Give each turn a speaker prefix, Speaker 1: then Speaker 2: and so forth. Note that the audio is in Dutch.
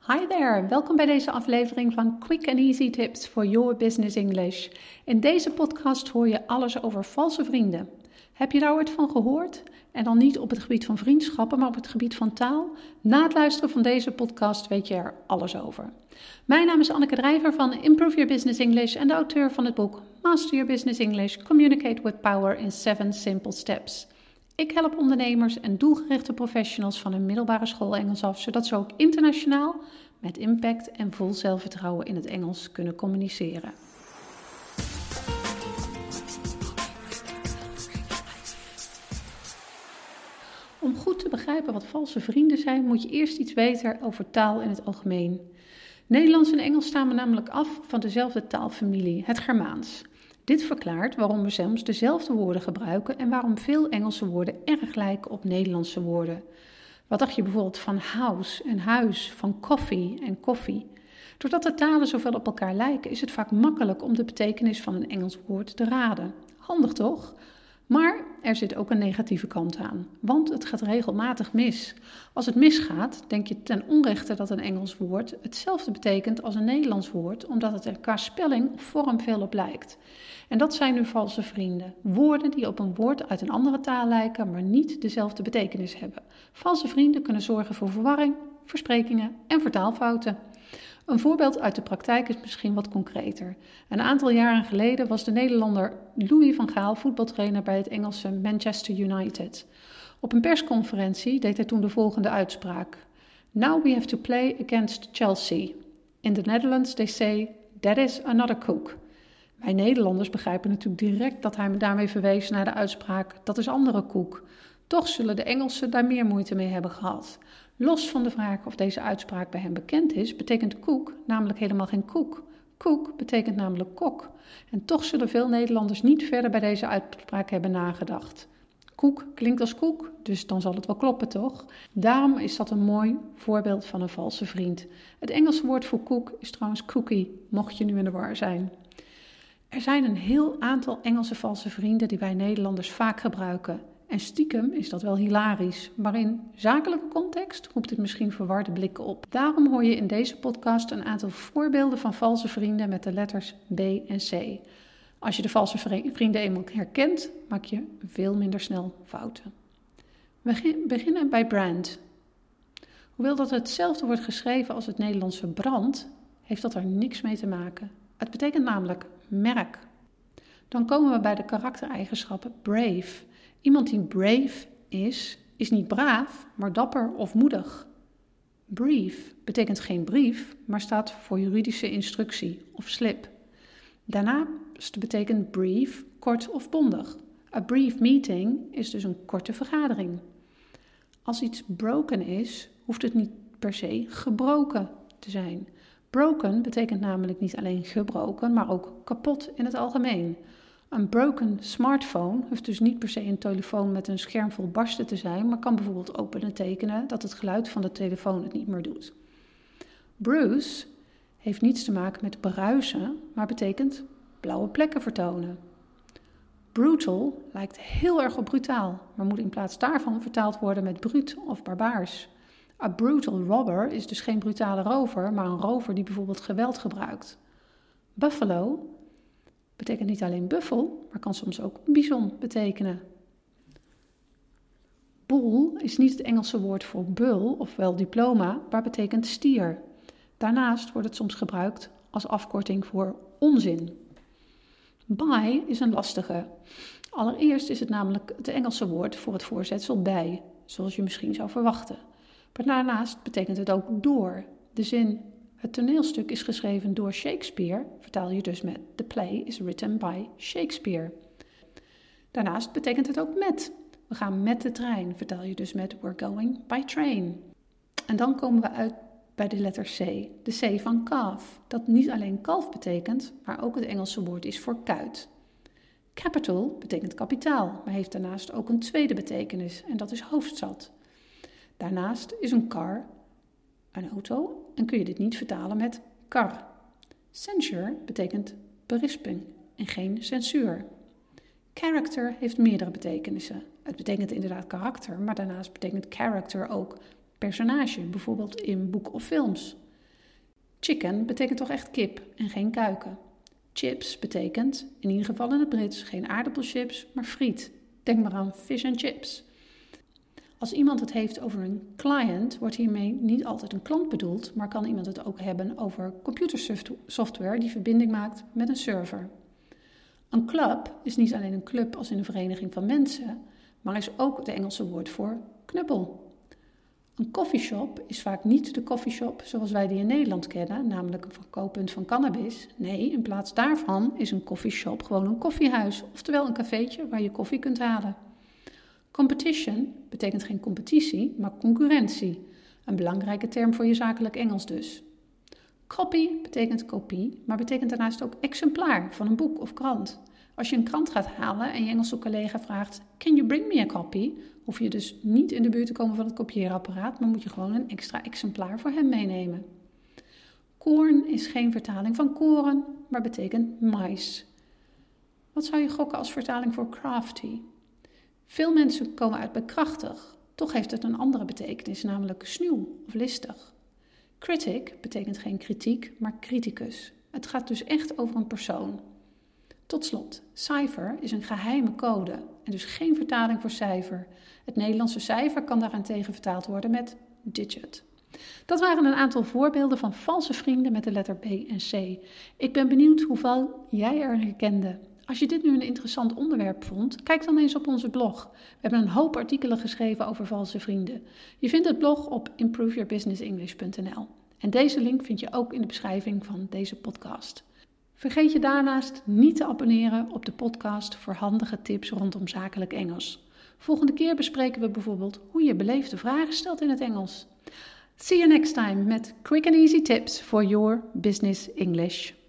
Speaker 1: Hi there, welkom bij deze aflevering van Quick and Easy Tips for Your Business English. In deze podcast hoor je alles over valse vrienden. Heb je daar ooit van gehoord? En dan niet op het gebied van vriendschappen, maar op het gebied van taal? Na het luisteren van deze podcast weet je er alles over. Mijn naam is Anneke Drijver van Improve Your Business English en de auteur van het boek Master Your Business English, Communicate with Power in 7 Simple Steps. Ik help ondernemers en doelgerichte professionals van een middelbare school Engels af, zodat ze ook internationaal met impact en vol zelfvertrouwen in het Engels kunnen communiceren. Om goed te begrijpen wat valse vrienden zijn, moet je eerst iets weten over taal in het algemeen. Nederlands en Engels stammen namelijk af van dezelfde taalfamilie, het Germaans. Dit verklaart waarom we soms dezelfde woorden gebruiken en waarom veel Engelse woorden erg lijken op Nederlandse woorden. Wat dacht je bijvoorbeeld van house en huis, van koffie en koffie? Doordat de talen zoveel op elkaar lijken, is het vaak makkelijk om de betekenis van een Engels woord te raden. Handig toch? Maar er zit ook een negatieve kant aan, want het gaat regelmatig mis. Als het misgaat, denk je ten onrechte dat een Engels woord hetzelfde betekent als een Nederlands woord, omdat het er qua spelling of vorm veel op lijkt. En dat zijn nu valse vrienden. Woorden die op een woord uit een andere taal lijken, maar niet dezelfde betekenis hebben. Valse vrienden kunnen zorgen voor verwarring, versprekingen en vertaalfouten. Een voorbeeld uit de praktijk is misschien wat concreter. Een aantal jaren geleden was de Nederlander Louis van Gaal voetbaltrainer bij het Engelse Manchester United. Op een persconferentie deed hij toen de volgende uitspraak. Now we have to play against Chelsea. In the Netherlands they say, that is another cook. Wij Nederlanders begrijpen natuurlijk direct dat hij daarmee verwees naar de uitspraak, dat is andere koek. Toch zullen de Engelsen daar meer moeite mee hebben gehad. Los van de vraag of deze uitspraak bij hem bekend is, betekent koek namelijk helemaal geen koek. Koek betekent namelijk kok. En toch zullen veel Nederlanders niet verder bij deze uitspraak hebben nagedacht. Koek klinkt als koek, dus dan zal het wel kloppen, toch? Daarom is dat een mooi voorbeeld van een valse vriend. Het Engelse woord voor koek is trouwens cookie, mocht je nu in de war zijn. Er zijn een heel aantal Engelse valse vrienden die wij Nederlanders vaak gebruiken. En stiekem is dat wel hilarisch, maar in zakelijke context roept het misschien verwarde blikken op. Daarom hoor je in deze podcast een aantal voorbeelden van valse vrienden met de letters B en C. Als je de valse vrienden eenmaal herkent, maak je veel minder snel fouten. We beginnen bij brand. Hoewel dat hetzelfde wordt geschreven als het Nederlandse brand, heeft dat er niks mee te maken. Het betekent namelijk merk. Dan komen we bij de karaktereigenschappen brave. Iemand die brave is niet braaf, maar dapper of moedig. Brief betekent geen brief, maar staat voor juridische instructie of slip. Daarnaast betekent brief kort of bondig. A brief meeting is dus een korte vergadering. Als iets broken is, hoeft het niet per se gebroken te zijn. Broken betekent namelijk niet alleen gebroken, maar ook kapot in het algemeen. Een broken smartphone hoeft dus niet per se een telefoon met een scherm vol barsten te zijn, maar kan bijvoorbeeld ook betekenen dat het geluid van de telefoon het niet meer doet. Bruise heeft niets te maken met bruisen, maar betekent blauwe plekken vertonen. Brutal lijkt heel erg op brutaal, maar moet in plaats daarvan vertaald worden met bruut of barbaars. A brutal robber is dus geen brutale rover, maar een rover die bijvoorbeeld geweld gebruikt. Buffalo betekent niet alleen buffel, maar kan soms ook bison betekenen. Bull is niet het Engelse woord voor bul, ofwel diploma, maar betekent stier. Daarnaast wordt het soms gebruikt als afkorting voor onzin. Bij is een lastige. Allereerst is het namelijk het Engelse woord voor het voorzetsel bij, zoals je misschien zou verwachten. Maar daarnaast betekent het ook door. De zin, het toneelstuk is geschreven door Shakespeare, vertaal je dus met the play is written by Shakespeare. Daarnaast betekent het ook met. We gaan met de trein, vertaal je dus met we're going by train. En dan komen we uit bij de letter C, de C van calf, dat niet alleen kalf betekent, maar ook het Engelse woord is voor kuit. Capital betekent kapitaal, maar heeft daarnaast ook een tweede betekenis en dat is hoofdstad. Daarnaast is een car een auto en kun je dit niet vertalen met kar. Censure betekent berisping en geen censuur. Character heeft meerdere betekenissen. Het betekent inderdaad karakter, maar daarnaast betekent character ook personage, bijvoorbeeld in boeken of films. Chicken betekent toch echt kip en geen kuiken. Chips betekent, in ieder geval in het Brits, geen aardappelchips, maar friet. Denk maar aan fish and chips. Als iemand het heeft over een client, wordt hiermee niet altijd een klant bedoeld, maar kan iemand het ook hebben over computersoftware die verbinding maakt met een server. Een club is niet alleen een club als in een vereniging van mensen, maar is ook het Engelse woord voor knuppel. Een coffeeshop is vaak niet de coffeeshop zoals wij die in Nederland kennen, namelijk een verkooppunt van cannabis. Nee, in plaats daarvan is een coffeeshop gewoon een koffiehuis, oftewel een cafeetje waar je koffie kunt halen. Competition betekent geen competitie, maar concurrentie. Een belangrijke term voor je zakelijk Engels dus. Copy betekent kopie, maar betekent daarnaast ook exemplaar van een boek of krant. Als je een krant gaat halen en je Engelse collega vraagt, "Can you bring me a copy?" hoef je dus niet in de buurt te komen van het kopieerapparaat, maar moet je gewoon een extra exemplaar voor hem meenemen. Corn is geen vertaling van koren, maar betekent mais. Wat zou je gokken als vertaling voor crafty? Veel mensen komen uit bij krachtig, toch heeft het een andere betekenis, namelijk sluw of listig. Critic betekent geen kritiek, maar criticus. Het gaat dus echt over een persoon. Tot slot, cijfer is een geheime code en dus geen vertaling voor cijfer. Het Nederlandse cijfer kan daarentegen vertaald worden met digit. Dat waren een aantal voorbeelden van valse vrienden met de letter B en C. Ik ben benieuwd hoeveel jij er herkende. Als je dit nu een interessant onderwerp vond, kijk dan eens op onze blog. We hebben een hoop artikelen geschreven over valse vrienden. Je vindt het blog op improveyourbusinessenglish.nl. En deze link vind je ook in de beschrijving van deze podcast. Vergeet je daarnaast niet te abonneren op de podcast voor handige tips rondom zakelijk Engels. Volgende keer bespreken we bijvoorbeeld hoe je beleefde vragen stelt in het Engels. See you next time met quick and easy tips for your business English.